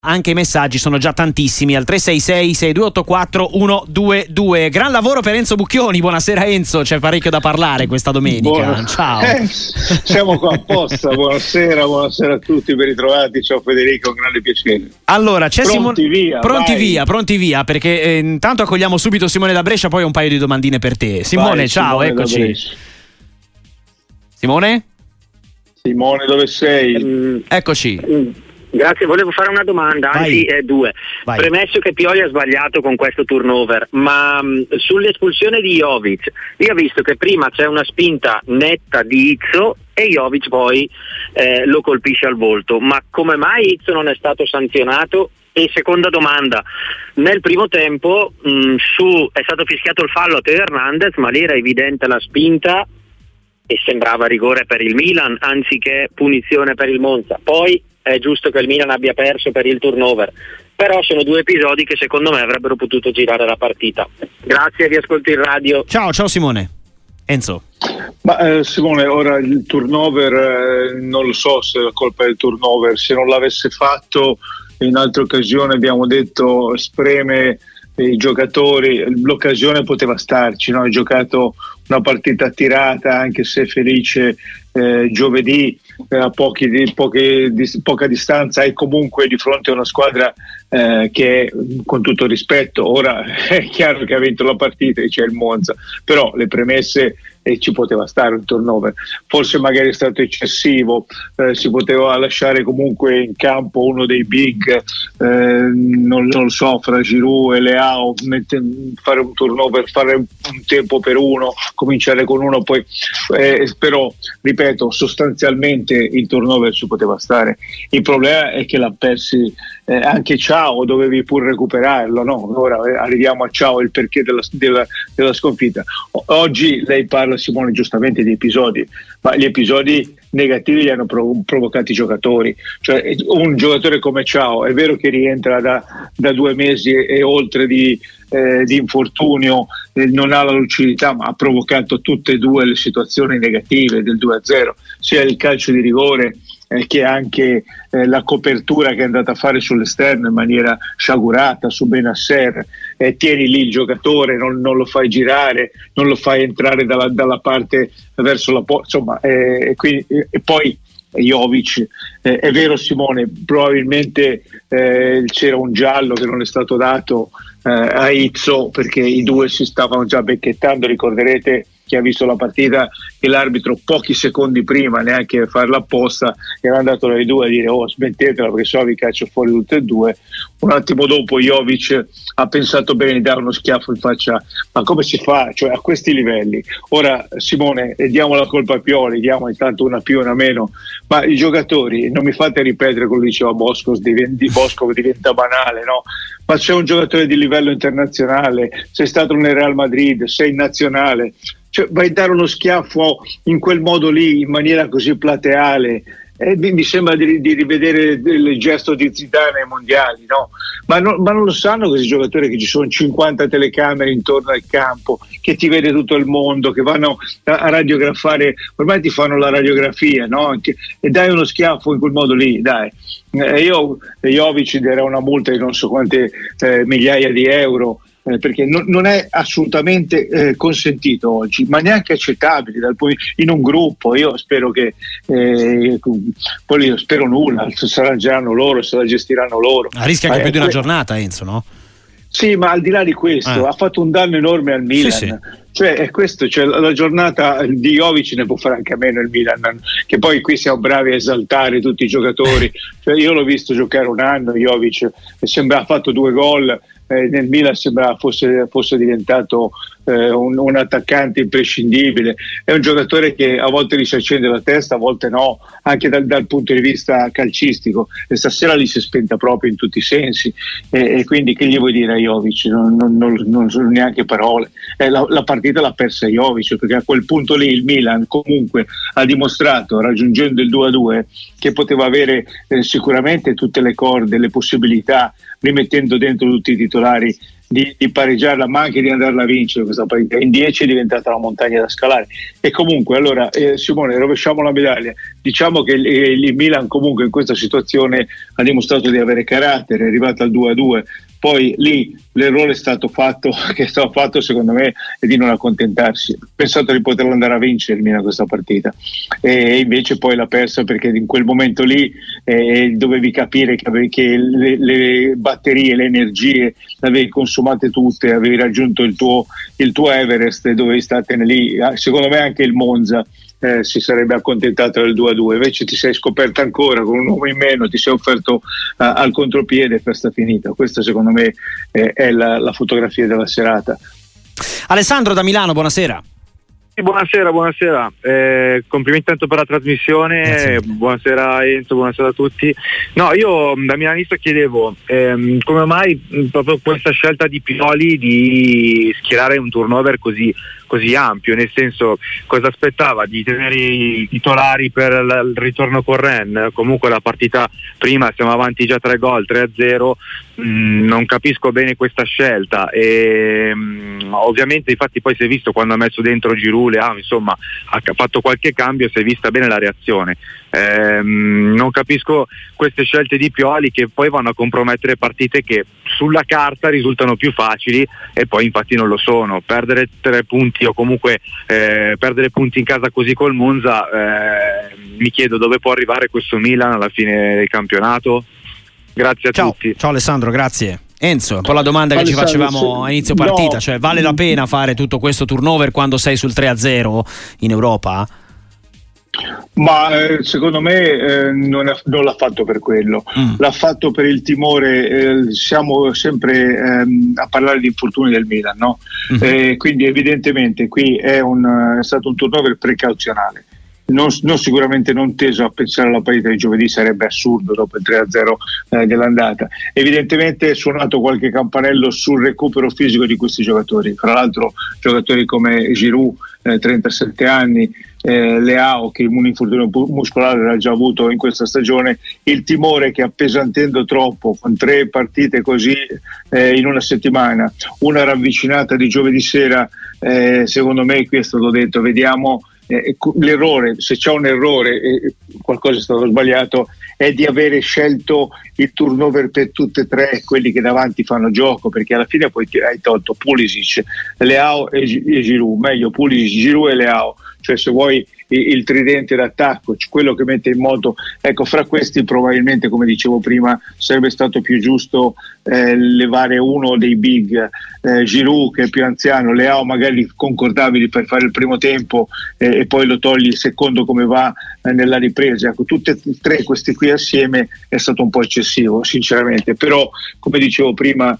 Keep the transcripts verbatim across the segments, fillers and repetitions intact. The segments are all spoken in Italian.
Anche i messaggi sono già tantissimi al tre sei sei sei due otto quattro uno due due. Gran lavoro per Enzo Bucchioni, buonasera Enzo, c'è parecchio da parlare questa domenica. Buona... Ciao. Eh, siamo qua apposta, buonasera, buonasera a tutti, ben ritrovati, ciao Federico, un grande piacere. Allora, c'è pronti Simone... via, pronti vai. via, pronti via, perché eh, intanto accogliamo subito Simone da Brescia, poi un paio di domandine per te. Simone, vai, ciao, Simone eccoci. Simone? Simone, dove sei? Mm. Eccoci. Mm. Grazie, volevo fare una domanda, anzi eh, due. Vai. Premesso che Pioli ha sbagliato con questo turnover, ma mh, sull'espulsione di Jovic, io ho visto che prima c'è una spinta netta di Izzo e Jovic poi eh, lo colpisce al volto, ma come mai Izzo non è stato sanzionato? E seconda domanda, nel primo tempo mh, su, è stato fischiato il fallo a Teo Hernandez, ma lì era evidente la spinta e sembrava rigore per il Milan anziché punizione per il Monza. Poi è giusto che il Milan abbia perso per il turnover, però sono due episodi che secondo me avrebbero potuto girare la partita. Grazie, vi ascolto in radio. Ciao, ciao Simone. Enzo. Ma eh, Simone, ora il turnover eh, non lo so se è la colpa del turnover, se non l'avesse fatto in altre occasioni abbiamo detto spreme i giocatori, l'occasione poteva starci, no? Hai giocato una partita tirata anche se felice eh, giovedì eh, a pochi, di, poche, di, poca distanza e comunque di fronte a una squadra eh, che con tutto rispetto ora è chiaro che ha vinto la partita e c'è il Monza, però le premesse e ci poteva stare un turnover, forse magari è stato eccessivo, eh, si poteva lasciare comunque in campo uno dei big, eh, non, non lo so, fra Giroud e Leao, mette, fare un turnover, fare un tempo per uno, cominciare con uno poi, eh, però ripeto sostanzialmente il turnover ci poteva stare, il problema è che l'ha persi eh, anche Ciao, dovevi pur recuperarlo, no? Ora eh, arriviamo a Ciao, il perché della, della, della sconfitta. O- oggi lei parla, Simone, giustamente di episodi, ma gli episodi negativi li hanno prov- provocati i giocatori, cioè un giocatore come Ciao è vero che rientra da, da due mesi e, e oltre di, eh, di infortunio, eh, non ha la lucidità, ma ha provocato tutte e due le situazioni negative del due a zero, sia il calcio di rigore eh, che anche eh, la copertura che è andata a fare sull'esterno in maniera sciagurata su Benasser, eh, tieni lì il giocatore, non, non lo fai girare, non lo fai entrare dalla, dalla parte verso la porta, insomma, eh, e, quindi, e poi Jovic, eh, è vero Simone, probabilmente eh, c'era un giallo che non è stato dato eh, a Izzo perché i due si stavano già becchettando, ricorderete chi ha visto la partita che l'arbitro pochi secondi prima, neanche farla apposta, era andato dai due a dire oh smettetela perché so vi caccio fuori tutte e due. Un attimo dopo Jovic ha pensato bene di dare uno schiaffo in faccia, ma come si fa? Cioè a questi livelli. Ora Simone, diamo la colpa a Pioli, diamo intanto una più una meno, ma i giocatori, non mi fate ripetere quello che diceva Bosco, diventa, Bosco diventa banale, no? Ma c'è un giocatore di livello internazionale, sei stato nel Real Madrid, sei in nazionale, cioè, vai a dare uno schiaffo in quel modo lì, in maniera così plateale, eh, mi, mi sembra di, di rivedere il gesto di Zidane ai mondiali, no? Ma, no, ma non lo sanno questi giocatori che ci sono cinquanta telecamere intorno al campo, che ti vede tutto il mondo, che vanno a, a radiografare, ormai ti fanno la radiografia, no? Che, e dai uno schiaffo in quel modo lì, dai. Eh, io Jovic darà una multa di non so quante eh, migliaia di euro, Eh, perché non, non è assolutamente eh, consentito oggi, ma neanche accettabile dal, in un gruppo. Io spero che eh, poi io spero nulla, se saranno loro, se la gestiranno loro. Ah, rischia anche più di una giornata, Enzo, no? Sì, ma al di là di questo, eh. ha fatto un danno enorme al Milan. Sì, sì. Cioè è questo, cioè, la giornata di Jovic ne può fare anche a meno il Milan, che poi qui siamo bravi a esaltare tutti i giocatori. Cioè, io l'ho visto giocare un anno Jovic e sembra ha fatto due gol. Eh, nel Milan sembrava fosse, fosse diventato eh, un, un attaccante imprescindibile, è un giocatore che a volte gli si accende la testa, a volte no, anche dal, dal punto di vista calcistico, e stasera gli si è spenta proprio in tutti i sensi, e, e quindi che gli vuoi dire a Jovic? Non, non, non, non sono neanche parole. Eh, la, la partita l'ha persa Jovic, perché a quel punto lì il Milan comunque ha dimostrato, raggiungendo il due a due, che poteva avere eh, sicuramente tutte le corde, le possibilità, rimettendo dentro tutti i titolari di, di pareggiarla, ma anche di andarla a vincere questa partita. In dieci è diventata una montagna da scalare. E comunque, allora, eh, Simone, rovesciamo la medaglia. Diciamo che il, il Milan comunque in questa situazione ha dimostrato di avere carattere, è arrivato al due a due. Poi lì l'errore è stato fatto, che è stato fatto secondo me, è di non accontentarsi. Ho pensato di poterla andare a vincere il Milan questa partita e invece poi l'ha persa, perché in quel momento lì eh, dovevi capire che, che le, le batterie, le energie le avevi consumate tutte, avevi raggiunto il tuo, il tuo Everest e dovevi startene lì. Secondo me anche il Monza Eh, si sarebbe accontentato del due a due, invece ti sei scoperta ancora con un uomo in meno, ti sei offerto uh, al contropiede e festa finita. Questa secondo me eh, è la, la fotografia della serata. Alessandro da Milano, buonasera. Buonasera, buonasera, eh, complimenti tanto per la trasmissione. Grazie. Buonasera Enzo, buonasera a tutti. No, io da milanista chiedevo ehm, come mai proprio questa scelta di Pioli di schierare un turnover così, così ampio, nel senso, cosa aspettava? Di tenere i titolari per il ritorno con Rennes? Comunque la partita prima siamo avanti già tre gol, tre a zero, mm, non capisco bene questa scelta e mm, ovviamente infatti poi si è visto quando ha messo dentro Giroud, Leao, insomma ha fatto qualche cambio, si è vista bene la reazione. Ehm, non capisco queste scelte di Pioli che poi vanno a compromettere partite che sulla carta risultano più facili e poi infatti non lo sono. Perdere tre punti o comunque eh, perdere punti in casa così col Monza, eh, mi chiedo dove può arrivare questo Milan alla fine del campionato. Grazie a ciao, tutti. ciao Alessandro, grazie. Enzo, un po' la domanda che Alessandro, ci facevamo a inizio partita, no. Cioè vale la pena fare tutto questo turnover quando sei sul tre a zero in Europa? Ma eh, secondo me eh, non, è, non l'ha fatto per quello, mm. l'ha fatto per il timore. Eh, siamo sempre ehm, a parlare di infortuni del Milan, no? Mm-hmm. Eh, quindi evidentemente qui è, un, è stato un turnover precauzionale. Non, non sicuramente non teso a pensare alla partita di giovedì, sarebbe assurdo dopo il tre a zero eh, dell'andata. Evidentemente è suonato qualche campanello sul recupero fisico di questi giocatori, fra l'altro giocatori come Giroud, eh, trentasette anni, eh, Leao che un infortunio muscolare l'ha già avuto in questa stagione, il timore che appesantendo troppo con tre partite così eh, in una settimana, una ravvicinata di giovedì sera, eh, secondo me qui è stato detto, vediamo. Eh, l'errore, se c'è un errore e eh, qualcosa è stato sbagliato, è di avere scelto il turnover per tutte e tre quelli che davanti fanno gioco, perché alla fine poi ti hai tolto Pulisic, Leao e, G- e Giroud, meglio Pulisic, Giroud e Leao, cioè se vuoi il tridente d'attacco, quello che mette in moto, ecco, fra questi probabilmente, come dicevo prima, sarebbe stato più giusto eh, levare uno dei big, eh, Giroud che è più anziano, Leao magari concordabili per fare il primo tempo eh, e poi lo togli il secondo come va eh, nella ripresa. Ecco, tutti e tre questi qui assieme è stato un po' eccessivo sinceramente, però come dicevo prima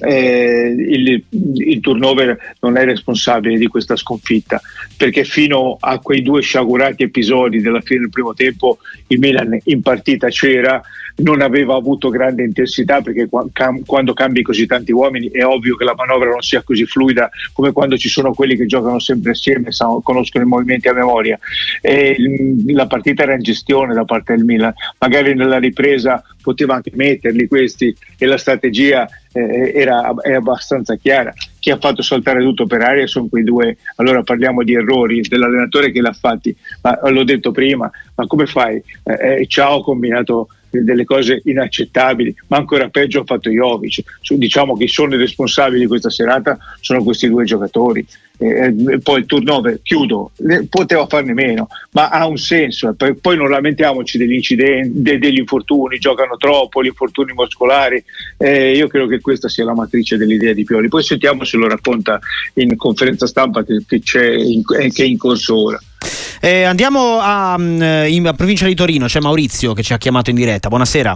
Eh, il, il turnover non è responsabile di questa sconfitta, perché fino a quei due sciagurati episodi della fine del primo tempo il Milan in partita c'era, non aveva avuto grande intensità, perché cam- quando cambi così tanti uomini è ovvio che la manovra non sia così fluida come quando ci sono quelli che giocano sempre assieme, sanno, conoscono i movimenti a memoria. E la partita era in gestione da parte del Milan, magari nella ripresa poteva anche metterli questi e la strategia eh, era è abbastanza chiara. Chi ha fatto saltare tutto per aria sono quei due. Allora parliamo di errori dell'allenatore che l'ha fatti, ma l'ho detto prima, ma come fai? Eh, Ciao ha combinato delle cose inaccettabili, ma ancora peggio ha fatto Jovic. Diciamo che sono i responsabili di questa serata, sono questi due giocatori. Eh, poi il turnover, chiudo, poteva farne meno, ma ha un senso. Poi non lamentiamoci degli incidenti, degli infortuni, giocano troppo, gli infortuni muscolari. Eh, io credo che questa sia la matrice dell'idea di Pioli. Poi sentiamo se lo racconta in conferenza stampa che, che c'è in, che è in corso ora. Eh, andiamo a, in a provincia di Torino, c'è Maurizio che ci ha chiamato in diretta. Buonasera.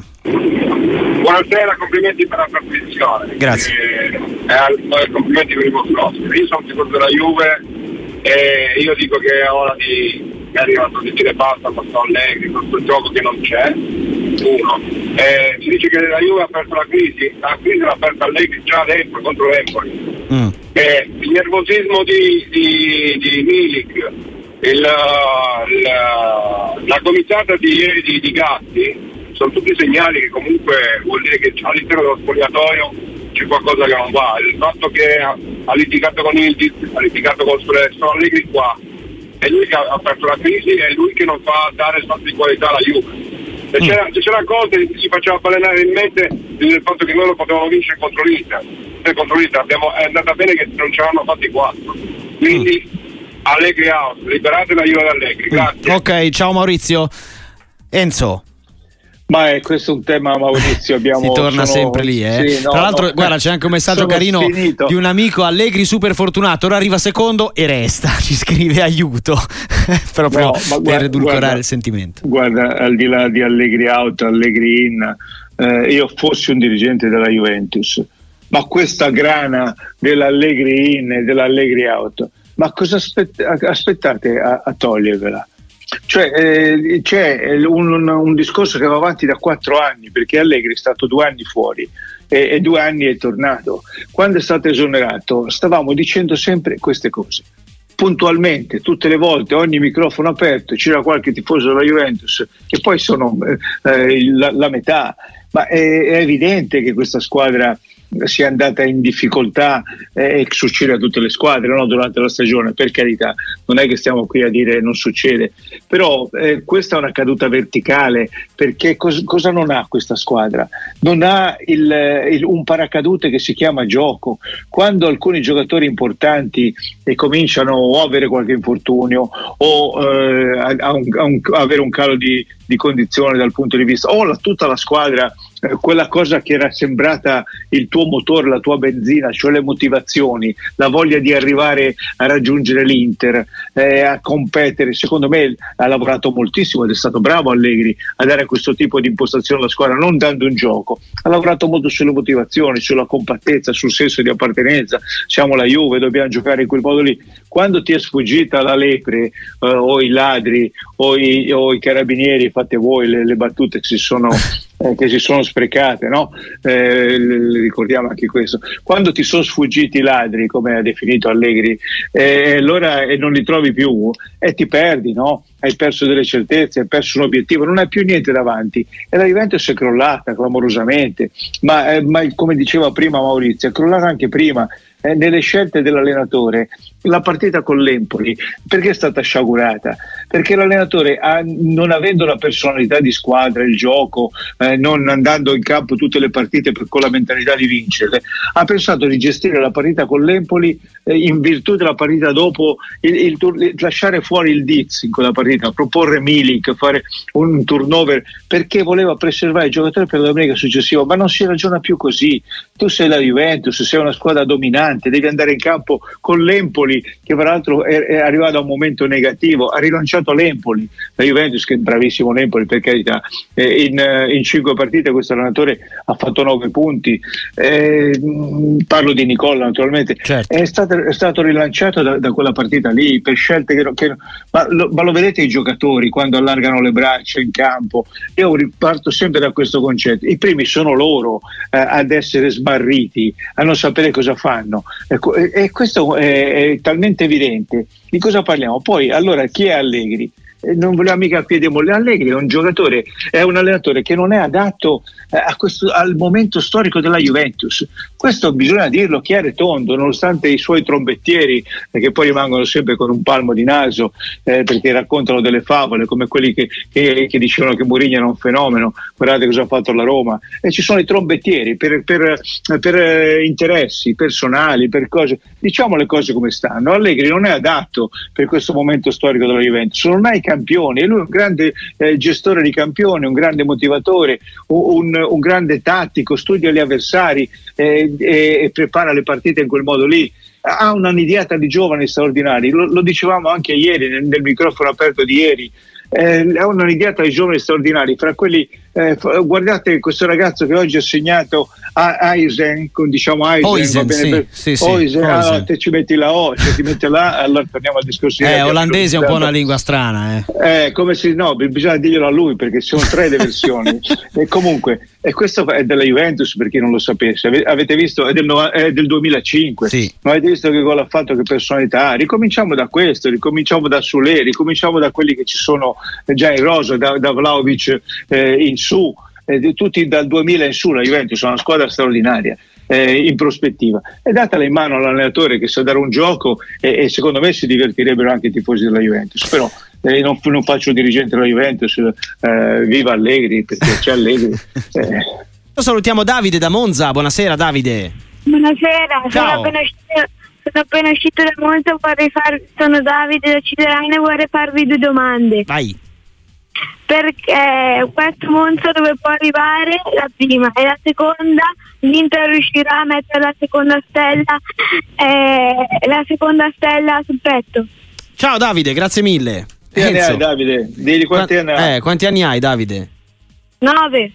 Buonasera, complimenti per la trasmissione. Grazie. Eh, eh, complimenti per il vostro ospite. Io sono tifoso della Juve e io dico che è ora di è arrivato di dire basta con questo Allegri, con questo gioco che non c'è. Uno. Eh, si dice che la Juve ha aperto la crisi, la crisi l'ha aperta Allegri già dentro contro l'Empoli. Mm. Eh, il nervosismo di, di, di Milik, il, la, la cominciata di ieri di, di Gatti sono tutti segnali che comunque vuol dire che all'interno dello spogliatoio c'è qualcosa che non va. Il fatto che ha, ha litigato con Ildiz, ha litigato con sono Allegri qua, è lui che ha aperto la crisi, è lui che non fa dare salto di qualità alla Juve. Se c'era, se c'era cosa si faceva balenare in mente il fatto che noi lo potevamo vincere contro l'Inter, e contro l'Inter abbiamo, è andata bene che non ce l'hanno fatti quattro, quindi mm. Allegri out, liberate la Juve da Allegri, grazie. Ok, ciao Maurizio. Enzo. Ma è questo è un tema, Maurizio, abbiamo, si torna sono, sempre lì, eh? Sì, no, tra l'altro no, guarda, c'è anche un messaggio carino finito. di un amico: Allegri super fortunato, ora arriva secondo e resta, ci scrive aiuto proprio no, per guarda, edulcorare guarda, il sentimento. Guarda, al di là di Allegri out, Allegri in, eh, io fossi un dirigente della Juventus, ma questa grana dell'Allegri in e dell'Allegri out, ma cosa aspett- aspettate a, a togliervela? Cioè eh, c'è un, un, un discorso che va avanti da quattro anni, perché Allegri è stato due anni fuori e, e due anni è tornato. Quando è stato esonerato stavamo dicendo sempre queste cose puntualmente, tutte le volte, ogni microfono aperto, c'era qualche tifoso della Juventus che poi sono eh, la, la metà, ma è, è evidente che questa squadra sia andata in difficoltà eh, e succede a tutte le squadre, no? Durante la stagione, per carità, non è che stiamo qui a dire non succede, però eh, questa è una caduta verticale, perché cos- cosa non ha questa squadra? Non ha il, il, un paracadute che si chiama gioco. Quando alcuni giocatori importanti eh, cominciano o a avere qualche infortunio o eh, a, a, un, a, un, a avere un calo di, di condizione dal punto di vista, o la, tutta la squadra, eh, quella cosa che era sembrata il tuo motore, la tua benzina, cioè le motivazioni, la voglia di arrivare a raggiungere l'Inter, eh, a competere, secondo me ha lavorato moltissimo ed è stato bravo Allegri a dare questo tipo di impostazione alla squadra, non dando un gioco, ha lavorato molto sulle motivazioni, sulla compattezza, sul senso di appartenenza. Siamo la Juve, dobbiamo giocare in quel modo lì. Quando ti è sfuggita la lepre eh, o i ladri o i, o i carabinieri, fate voi le, le battute che si sono Eh, che si sono sprecate, no? Eh, le, ricordiamo anche questo. Quando ti sono sfuggiti i ladri, come ha definito Allegri, eh, allora e eh, non li trovi più e eh, ti perdi, no? Hai perso delle certezze, hai perso un obiettivo, non hai più niente davanti e la Juventus è crollata clamorosamente, ma, eh, ma come diceva prima Maurizio, è crollata anche prima eh, nelle scelte dell'allenatore. La partita con l'Empoli perché è stata sciagurata? Perché l'allenatore, ha, non avendo la personalità di squadra, il gioco, eh, non andando in campo tutte le partite per, con la mentalità di vincere, ha pensato di gestire la partita con l'Empoli eh, in virtù della partita dopo, il, il, il, lasciare fuori il Diz in quella partita, proporre Milik, fare un turnover, perché voleva preservare i giocatori per la domenica successiva. Ma non si ragiona più così. Tu sei la Juventus, sei una squadra dominante, devi andare in campo con l'Empoli, che peraltro è, è arrivato a un momento negativo, ha rilanciato l'Empoli, la Juventus, che è bravissimo l'Empoli per carità, eh, in, in cinque partite questo allenatore ha fatto nove punti, eh, parlo di Nicola naturalmente, certo. è, stato, è stato rilanciato da, da quella partita lì per scelte che, che ma, lo, ma lo vedete i giocatori quando allargano le braccia in campo? Io riparto sempre da questo concetto, i primi sono loro eh, ad essere smarriti, a non sapere cosa fanno, ecco, e, e questo è, è talmente evidente. Di cosa parliamo? Poi allora chi è Allegri? Eh, non voleva mica a piede molle. Allegri è un giocatore, è un allenatore che non è adatto eh, a questo, al momento storico della Juventus. Questo bisogna dirlo chiaro e tondo, nonostante i suoi trombettieri eh, che poi rimangono sempre con un palmo di naso eh, perché raccontano delle favole come quelli che, che, che dicevano che Mourinho era un fenomeno, guardate cosa ha fatto la Roma, e ci sono i trombettieri per, per, per eh, interessi personali, per cose, diciamo le cose come stanno. Allegri non è adatto per questo momento storico della Juventus, non ha i campioni, e lui è un grande eh, gestore di campioni, un grande motivatore, un, un grande tattico, studia gli avversari eh, e, e prepara le partite in quel modo lì. Ha una nidiata di giovani straordinari, lo, lo dicevamo anche ieri nel, nel microfono aperto di ieri. Eh, ha una nidiata di giovani straordinari, fra quelli eh, guardate questo ragazzo che oggi ha segnato a Eisen, con diciamo Eisen, Oisen, va bene, sì, per, sì, sì, Oisen, Oisen. Allora, te ci metti la O, cioè ti metti là, allora torniamo al discorso. Eh, olandese è un po' una lingua strana, eh. Eh, come se no, bisogna dirglielo a lui perché ci sono tre le versioni. E comunque, e questo è della Juventus, per chi non lo sapesse, avete visto, è del, è del duemilacinque, sì. Ma avete visto che gol ha fatto, che personalità. Ricominciamo da questo, ricominciamo da Sule, ricominciamo da quelli che ci sono già in rosa, da, da Vlahovic eh, in su, eh, tutti dal duemila in su. La Juventus è una squadra straordinaria. eh, in prospettiva. È datela in mano all'allenatore che sa dare un gioco e, e secondo me si divertirebbero anche i tifosi della Juventus, però eh, non, non faccio dirigente della Juventus, eh, viva Allegri, perché c'è Allegri. Eh. Salutiamo Davide da Monza, buonasera Davide. Buonasera, sono Ciao. appena uscito, sono appena uscito da Monza, vorrei far, sono Davide da Ciderano e vorrei farvi due domande. Vai. Perché questo Monza dove può arrivare? La prima, e la seconda, l'Inter riuscirà a mettere la seconda stella eh, la seconda stella sul petto? Ciao Davide, grazie mille. Quanti anni hai, Davide? Digli quanti Qua- anni hai? Eh, quanti anni hai Davide? Nove.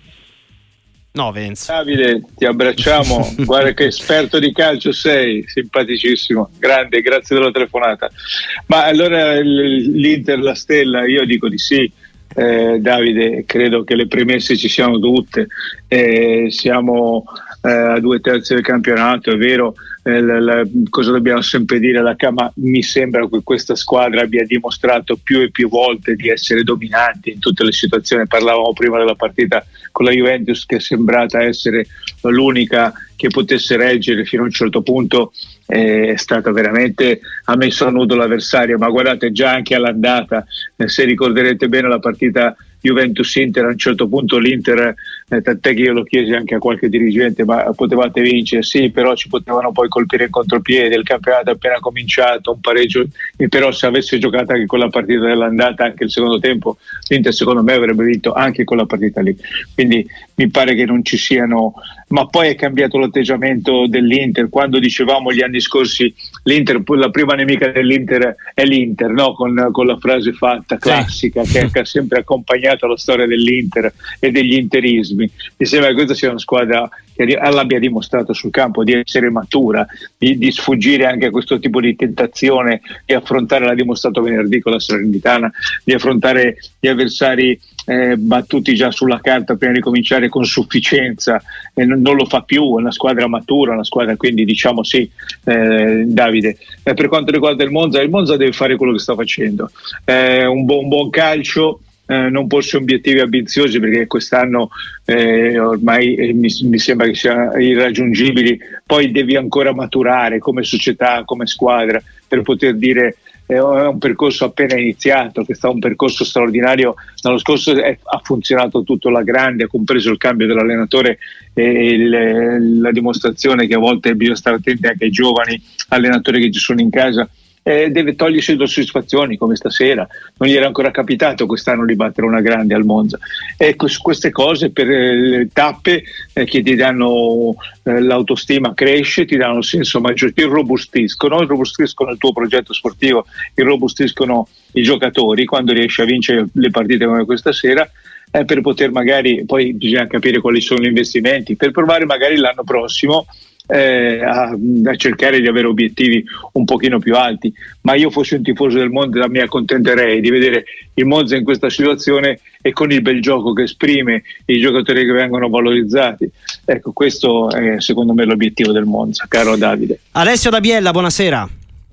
Nove Enzo. Davide, ti abbracciamo, guarda che esperto di calcio sei, simpaticissimo, grande, grazie della telefonata. Ma allora l- l'Inter, la stella, io dico di sì. Eh, Davide, credo che le premesse ci siano tutte, eh, siamo eh, a due terzi del campionato, è vero, eh, la, la, cosa dobbiamo sempre dire, la, ma mi sembra che questa squadra abbia dimostrato più e più volte di essere dominante in tutte le situazioni. Parlavamo prima della partita con la Juventus che è sembrata essere l'unica che potesse reggere fino a un certo punto, è stata veramente, ha messo a nudo l'avversario, ma guardate già anche all'andata, eh, se ricorderete bene la partita Juventus-Inter, a un certo punto l'Inter, eh, tant'è che io lo chiesi anche a qualche dirigente, ma potevate vincere? Sì, però ci potevano poi colpire in contropiede, il campionato è appena cominciato, un pareggio, e però se avesse giocato anche quella partita dell'andata, anche il secondo tempo, l'Inter secondo me avrebbe vinto anche quella partita lì, quindi mi pare che non ci siano, ma poi è cambiato l'atteggiamento dell'Inter. Quando dicevamo gli anni scorsi l'Inter, la prima nemica dell'Inter è l'Inter, no? con, con la frase fatta classica che, che ha sempre accompagnato la storia dell'Inter e degli interismi, mi sembra che questa sia una squadra che l'abbia dimostrato sul campo di essere matura, di, di sfuggire anche a questo tipo di tentazione, di affrontare, l'ha dimostrato venerdì con la Salernitana, di affrontare gli avversari eh, battuti già sulla carta prima di cominciare con sufficienza, e non, non lo fa più, è una squadra matura, una squadra, quindi diciamo sì, eh, Davide. Eh, per quanto riguarda il Monza, il Monza deve fare quello che sta facendo, eh, un, bu- un buon calcio. Eh, non porsi obiettivi ambiziosi, perché quest'anno eh, ormai eh, mi, mi sembra che siano irraggiungibili, poi devi ancora maturare come società, come squadra, per poter dire eh, è un percorso appena iniziato, che sta un percorso straordinario. L'anno scorso è, ha funzionato tutto alla grande, compreso il cambio dell'allenatore e il, la dimostrazione che a volte bisogna stare attenti anche ai giovani allenatori che ci sono in casa. Eh, deve togliersi le soddisfazioni, come stasera non gli era ancora capitato quest'anno di battere una grande al Monza. Ecco, su queste cose, per eh, tappe eh, che ti danno eh, l'autostima cresce, ti danno il senso maggiore, ti robustiscono, robustiscono il tuo progetto sportivo, robustiscono i giocatori quando riesci a vincere le partite come questa sera. Eh, per poter magari, poi bisogna capire quali sono gli investimenti, per provare magari l'anno prossimo Eh, a, a cercare di avere obiettivi un pochino più alti. Ma io fossi un tifoso del Monza mi accontenterei di vedere il Monza in questa situazione e con il bel gioco che esprime, i giocatori che vengono valorizzati. Ecco, questo è secondo me l'obiettivo del Monza, caro Davide. Alessio da Biella, buonasera.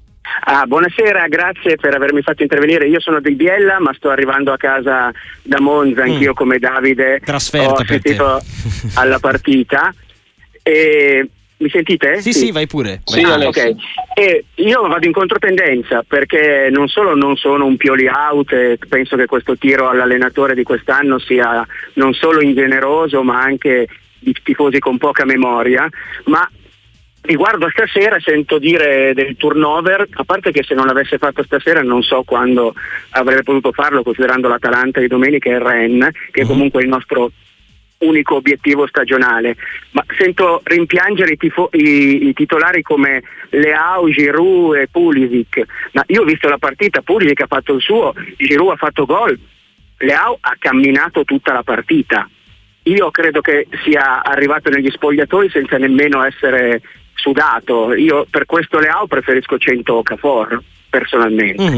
Ah, buonasera, grazie per avermi fatto intervenire. Io sono di Biella, ma sto arrivando a casa da Monza, anch'io mm. come Davide. Trasferta ho per assistito alla partita e mi sentite? Sì, sì, sì, vai pure. Sì, ah, ok. E io vado in controtendenza perché non solo non sono un Pioli out, e penso che questo tiro all'allenatore di quest'anno sia non solo ingeneroso ma anche di tifosi con poca memoria, ma riguardo stasera sento dire del turnover, a parte che se non l'avesse fatto stasera non so quando avrebbe potuto farlo, considerando l'Atalanta di domenica e il Rennes, che è comunque il nostro unico obiettivo stagionale, ma sento rimpiangere i, tifo- i, i titolari come Leao, Giroud e Pulisic. Ma io ho visto la partita, Pulisic ha fatto il suo, Giroud ha fatto gol, Leao ha camminato tutta la partita. Io credo che sia arrivato negli spogliatoi senza nemmeno essere sudato. Io per questo Leao preferisco cento Okafor personalmente. Mm-hmm.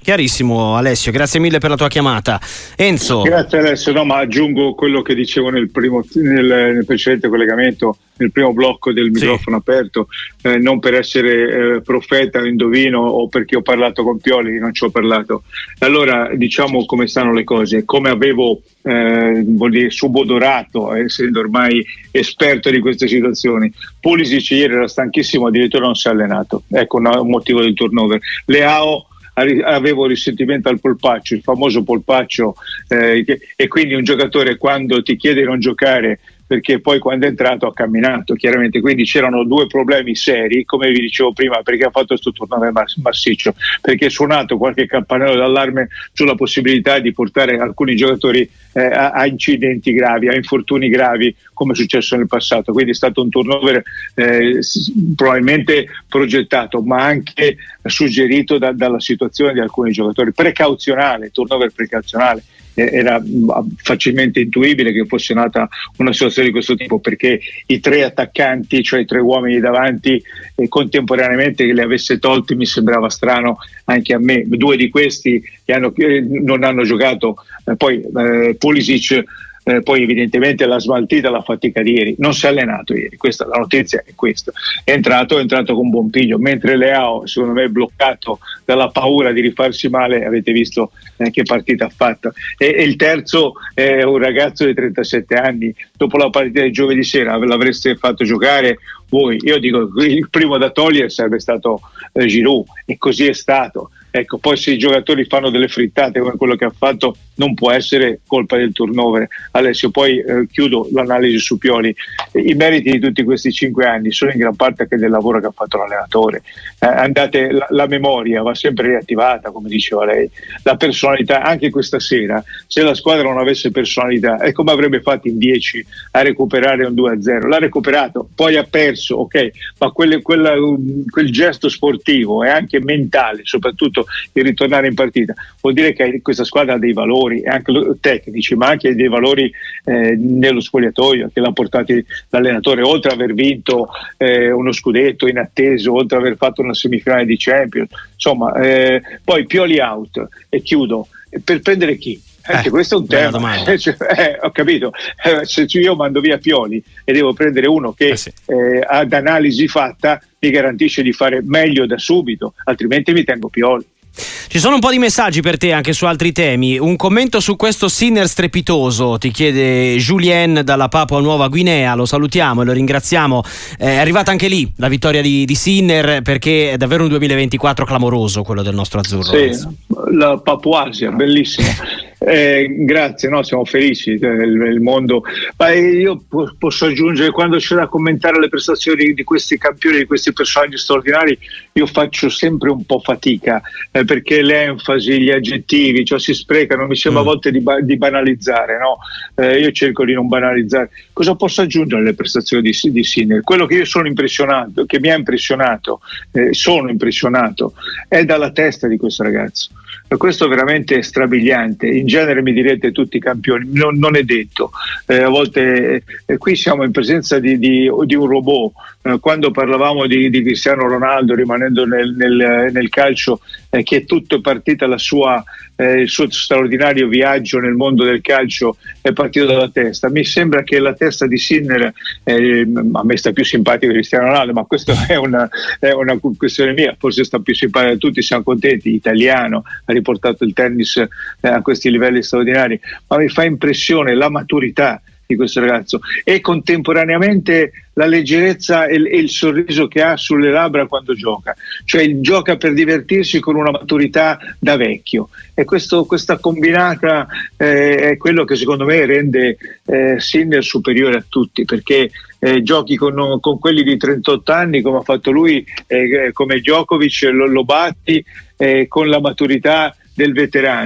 Chiarissimo Alessio, grazie mille per la tua chiamata. Enzo. Grazie Alessio, no, ma aggiungo quello che dicevo nel primo nel, nel precedente collegamento, nel primo blocco del microfono sì. aperto, eh, non per essere eh, profeta o indovino o perché ho parlato con Pioli, non ci ho parlato. Allora diciamo come stanno le cose, come avevo eh, vuol dire subodorato, essendo ormai esperto di queste situazioni. Pulisic ieri era stanchissimo, addirittura non si è allenato, ecco un, un motivo del turnover. Leao, avevo risentimento al polpaccio, il famoso polpaccio, eh, e quindi un giocatore quando ti chiede di non giocare perché poi quando è entrato ha camminato chiaramente, quindi c'erano due problemi seri, come vi dicevo prima, perché ha fatto questo turnover massiccio, perché è suonato qualche campanello d'allarme sulla possibilità di portare alcuni giocatori eh, a, a incidenti gravi, a infortuni gravi, come è successo nel passato. Quindi è stato un turnover eh, probabilmente progettato ma anche suggerito da, dalla situazione di alcuni giocatori, precauzionale, turnover precauzionale. Era facilmente intuibile che fosse nata una situazione di questo tipo, perché i tre attaccanti, cioè i tre uomini davanti, eh, contemporaneamente che li avesse tolti mi sembrava strano anche a me. Due di questi che hanno, eh, non hanno giocato, eh, poi eh, Pulisic Eh, poi evidentemente la smaltita, la fatica di ieri, non si è allenato ieri, questa la notizia è questa, è entrato, è entrato con buon piglio, mentre Leao secondo me è bloccato dalla paura di rifarsi male, avete visto eh, che partita ha fatto, e, e il terzo è un ragazzo di trentasette anni, dopo la partita di giovedì sera l'avreste fatto giocare voi? Io dico il primo da togliere sarebbe stato eh, Giroud, e così è stato. Ecco, poi se i giocatori fanno delle frittate come quello che ha fatto non può essere colpa del turnover. Alessio, poi eh, chiudo l'analisi su Pioli. I meriti di tutti questi cinque anni sono in gran parte anche del lavoro che ha fatto l'allenatore. Eh, andate, la, la memoria va sempre riattivata, come diceva lei, la personalità. Anche questa sera, se la squadra non avesse personalità, e come avrebbe fatto in dieci a recuperare un due a zero? L'ha recuperato, poi ha perso, ok, ma quelle, quella, quel gesto sportivo e anche mentale, soprattutto di ritornare in partita, vuol dire che questa squadra ha dei valori anche tecnici, ma anche dei valori eh, nello spogliatoio che l'ha portato l'allenatore, oltre ad aver vinto eh, uno scudetto inatteso, oltre ad aver fatto una semifinale di Champions, insomma, eh, poi Pioli out, e chiudo, per prendere chi? Anche eh, questo è un tema, eh, cioè, eh, ho capito, eh, se io mando via Pioli e devo prendere uno che eh sì. eh, ad analisi fatta mi garantisce di fare meglio da subito, altrimenti mi tengo Pioli. Ci sono un po' di messaggi per te anche su altri temi. Un commento su questo Sinner strepitoso ti chiede Julien dalla Papua Nuova Guinea, lo salutiamo e lo ringraziamo. È arrivata anche lì la vittoria di, di Sinner, perché è davvero un duemilaventiquattro clamoroso quello del nostro azzurro. Sì, la Papuasia, bellissima. Eh, grazie, no, siamo felici, eh, il, il mondo, ma io po- posso aggiungere, quando c'è da commentare le prestazioni di, di questi campioni, di questi personaggi straordinari, io faccio sempre un po' fatica, eh, perché le enfasi, gli aggettivi, cioè si sprecano, mi sembra mm. a volte di, ba- di banalizzare, no? Eh, io cerco di non banalizzare. Cosa posso aggiungere alle prestazioni di, di Sinner? Quello che io sono impressionato, che mi ha impressionato, eh, sono impressionato, è dalla testa di questo ragazzo. Questo è veramente strabiliante. In genere mi direte tutti campioni, non, non è detto, eh, a volte eh, qui siamo in presenza di, di, di un robot. Eh, quando parlavamo di, di Cristiano Ronaldo, rimanendo nel, nel, nel calcio, eh, che è tutto partita la sua, eh, il suo straordinario viaggio nel mondo del calcio è partito dalla testa. Mi sembra che la testa di Sinner, eh, a me sta più simpatico di Cristiano Ronaldo, ma questa è una, è una questione mia, forse sta più simpatico a tutti, siamo contenti, italiano, ha riportato il tennis eh, a questi livelli straordinari, ma mi fa impressione la maturità di questo ragazzo e contemporaneamente la leggerezza e il, e il sorriso che ha sulle labbra quando gioca, cioè gioca per divertirsi con una maturità da vecchio, e questo, questa combinata eh, è quello che secondo me rende eh, Sinner superiore a tutti, perché eh, giochi con, con quelli di trentotto anni come ha fatto lui, eh, come Djokovic, lo, lo batti eh, con la maturità del veterano.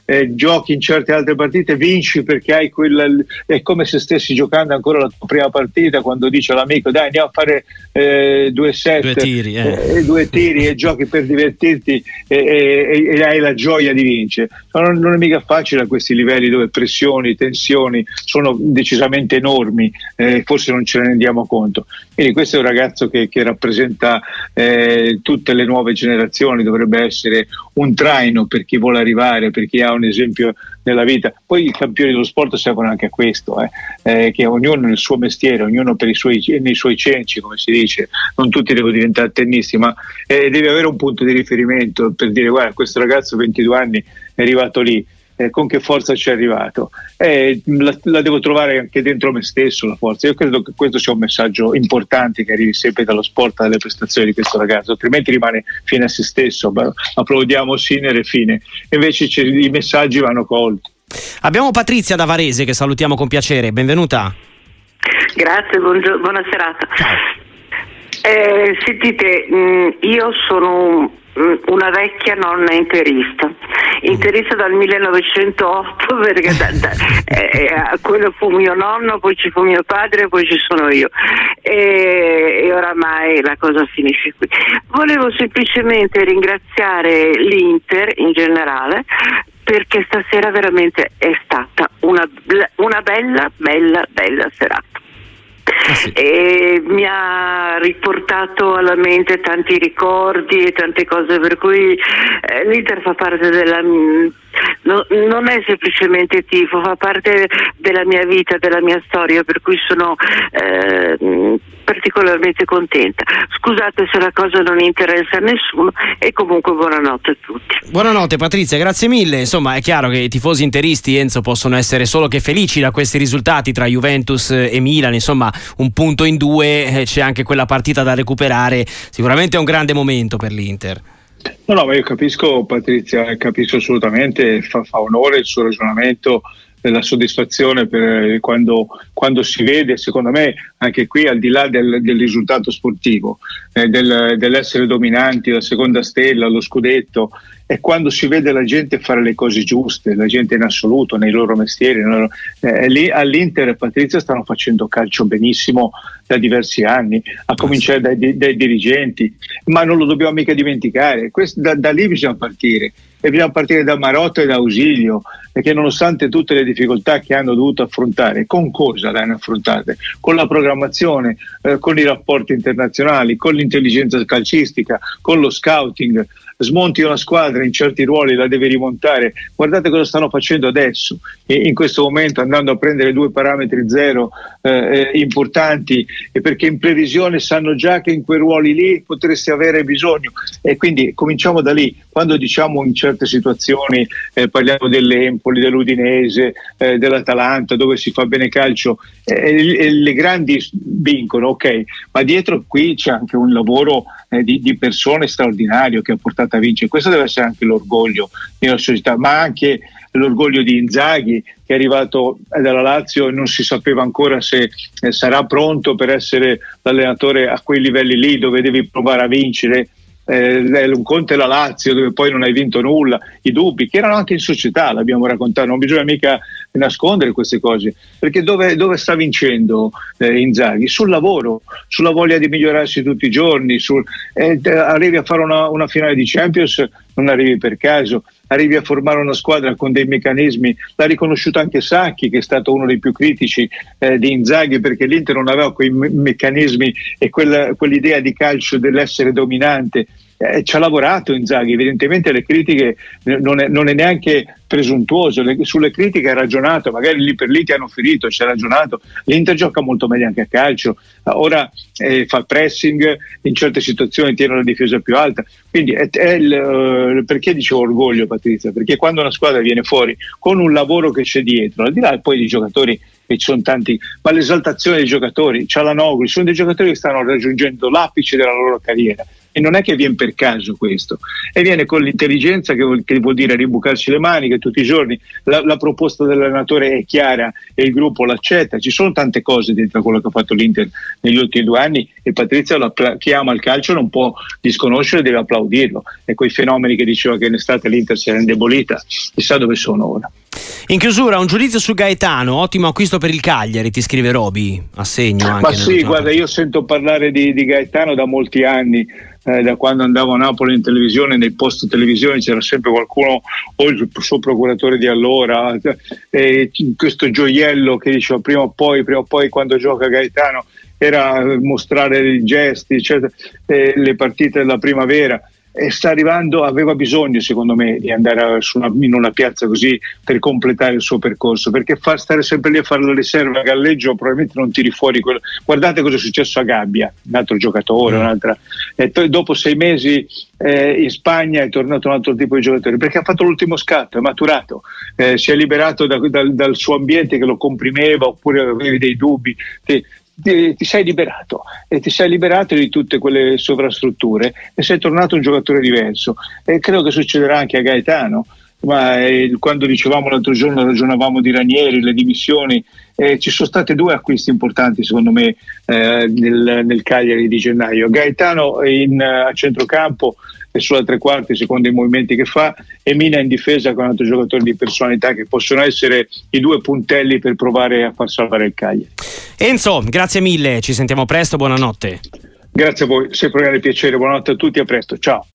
eh, giochi in certe altre partite, vinci perché hai quella, è come se stessi giocando ancora la tua prima partita, quando dice all'amico dai andiamo a fare eh, due set, due tiri, eh. Eh, due tiri e giochi per divertirti e, e, e hai la gioia di vincere. Non, non è mica facile a questi livelli dove pressioni, tensioni sono decisamente enormi, eh, forse non ce ne rendiamo conto. Quindi questo è un ragazzo che, che rappresenta eh, tutte le nuove generazioni, dovrebbe essere un traino per chi vuole arrivare, per chi ha un esempio nella vita. Poi i campioni dello sport servono anche a questo, eh, eh, che ognuno nel suo mestiere, ognuno per i suoi, nei suoi cenci, come si dice, non tutti devono diventare tennisti, ma eh, devi avere un punto di riferimento per dire guarda, questo ragazzo ventidue anni è arrivato lì, eh, con che forza ci è arrivato, eh, la, la devo trovare anche dentro me stesso la forza. Io credo che questo sia un messaggio importante che arrivi sempre dallo sport, dalle prestazioni di questo ragazzo, altrimenti rimane fine a se stesso. Beh, applaudiamo Sinner e fine, invece i messaggi vanno colti. Abbiamo Patrizia da Varese che salutiamo con piacere, benvenuta. Grazie, buongio- buona serata. Eh, sentite, mh, io sono una vecchia nonna interista, interista dal millenovecentootto, perché da, da, eh, quello fu mio nonno, poi ci fu mio padre, poi ci sono io, e, e oramai la cosa finisce qui. Volevo semplicemente ringraziare l'Inter in generale, perché stasera veramente è stata una, una bella, bella, bella serata. Ah, sì. E mi ha riportato alla mente tanti ricordi e tante cose, per cui eh, l'Inter fa parte della no, non è semplicemente tifo, fa parte della mia vita, della mia storia, per cui sono eh, particolarmente contenta. Scusate se la cosa non interessa a nessuno, e comunque buonanotte a tutti. Buonanotte Patrizia, grazie mille. Insomma, è chiaro che i tifosi interisti, Enzo, possono essere solo che felici da questi risultati tra Juventus e Milan. Insomma, un punto in due, c'è anche quella partita da recuperare. Sicuramente è un grande momento per l'Inter. No, no, ma io capisco Patrizia, capisco assolutamente, fa, fa onore il suo ragionamento, la soddisfazione per quando, quando si vede, secondo me, anche qui al di là del, del risultato sportivo, eh, del, dell'essere dominanti, la seconda stella, lo scudetto, è quando si vede la gente fare le cose giuste, la gente in assoluto, nei loro mestieri. Nei loro, eh, lì all'Inter e Patrizia stanno facendo calcio benissimo da diversi anni, a cominciare dai, dai dirigenti, ma non lo dobbiamo mica dimenticare. Questo, da, da lì bisogna partire. E bisogna partire da Marotta e da Ausilio, perché nonostante tutte le difficoltà che hanno dovuto affrontare, con cosa le hanno affrontate? Con la programmazione, eh, con i rapporti internazionali, con l'intelligenza calcistica, con lo scouting. Smonti una squadra in certi ruoli, la deve rimontare. Guardate cosa stanno facendo adesso, e in questo momento, andando a prendere due parametri zero eh, importanti, e perché in previsione sanno già che in quei ruoli lì potresti avere bisogno, e quindi cominciamo da lì. Quando diciamo in certe situazioni, eh, parliamo dell'Empoli, dell'Udinese, eh, dell'Atalanta, dove si fa bene calcio, eh, e le grandi vincono, ok, ma dietro qui c'è anche un lavoro eh, di, di persone straordinario che ha portato a vincere. Questo deve essere anche l'orgoglio della società, ma anche l'orgoglio di Inzaghi, che è arrivato dalla Lazio e non si sapeva ancora se eh, sarà pronto per essere l'allenatore a quei livelli lì, dove devi provare a vincere. Eh, un conto è la Lazio, dove poi non hai vinto nulla, i dubbi che erano anche in società, l'abbiamo raccontato, non bisogna mica nascondere queste cose, perché dove, dove sta vincendo eh, Inzaghi? Sul lavoro, sulla voglia di migliorarsi tutti i giorni, sul, eh, arrivi a fare una, una finale di Champions, non arrivi per caso, arrivi a formare una squadra con dei meccanismi. L'ha riconosciuto anche Sacchi, che è stato uno dei più critici eh, di Inzaghi, perché l'Inter non aveva quei me- meccanismi e quella, quell'idea di calcio dell'essere dominante. Eh, ci ha lavorato Inzaghi, evidentemente le critiche non è, non è neanche presuntuoso, le, sulle critiche ha ragionato, magari lì per lì ti hanno ferito, ci ha ragionato. L'Inter gioca molto meglio anche a calcio, ora eh, fa pressing, in certe situazioni tiene la difesa più alta, quindi è, è il, uh, perché dicevo orgoglio Patrizia? Perché quando una squadra viene fuori con un lavoro che c'è dietro, al di là poi di giocatori e ci sono tanti, ma l'esaltazione dei giocatori, Çalhanoğlu, sono dei giocatori che stanno raggiungendo l'apice della loro carriera. E non è che viene per caso questo, e viene con l'intelligenza che vuol, che vuol dire ribucarsi le maniche tutti i giorni. La, la proposta dell'allenatore è chiara e il gruppo l'accetta. Ci sono tante cose dentro quello che ha fatto l'Inter negli ultimi due anni e Patrizia, chi ama il calcio non può disconoscere, deve applaudirlo. E quei fenomeni che diceva che in estate l'Inter si era indebolita, chissà dove sono ora. In chiusura un giudizio su Gaetano, ottimo acquisto per il Cagliari, ti scrive Roby, assegno anche. Ma sì, guarda, io sento parlare di, di Gaetano da molti anni. Eh, da quando andavo a Napoli in televisione, nei post televisione c'era sempre qualcuno, o il suo procuratore di allora, eh, questo gioiello che diceva prima o poi, prima o poi quando gioca Gaetano, era mostrare i gesti, cioè, eh, le partite della primavera. E sta arrivando, aveva bisogno secondo me di andare su una, in una piazza così per completare il suo percorso, perché far stare sempre lì a fare la riserva a galleggio probabilmente non tiri fuori quello. Guardate cosa è successo a Gabbia, un altro giocatore, un'altra, e poi dopo sei mesi eh, in Spagna è tornato un altro tipo di giocatore, perché ha fatto l'ultimo scatto, è maturato, eh, si è liberato da, da, dal suo ambiente che lo comprimeva, oppure avevi dei dubbi. Ti, Ti, ti sei liberato e ti sei liberato di tutte quelle sovrastrutture e sei tornato un giocatore diverso, e credo che succederà anche a Gaetano. Ma eh, quando dicevamo l'altro giorno, ragionavamo di Ranieri, le dimissioni, eh, ci sono stati due acquisti importanti secondo me eh, nel, nel Cagliari di gennaio: Gaetano in, a centrocampo e sulla tre quarti secondo i movimenti che fa, e Mina in difesa con un altro giocatore di personalità che possono essere i due puntelli per provare a far salvare il Cagliari. Enzo, grazie mille, ci sentiamo presto, buonanotte. Grazie a voi, sempre un grande piacere, buonanotte a tutti, a presto, ciao.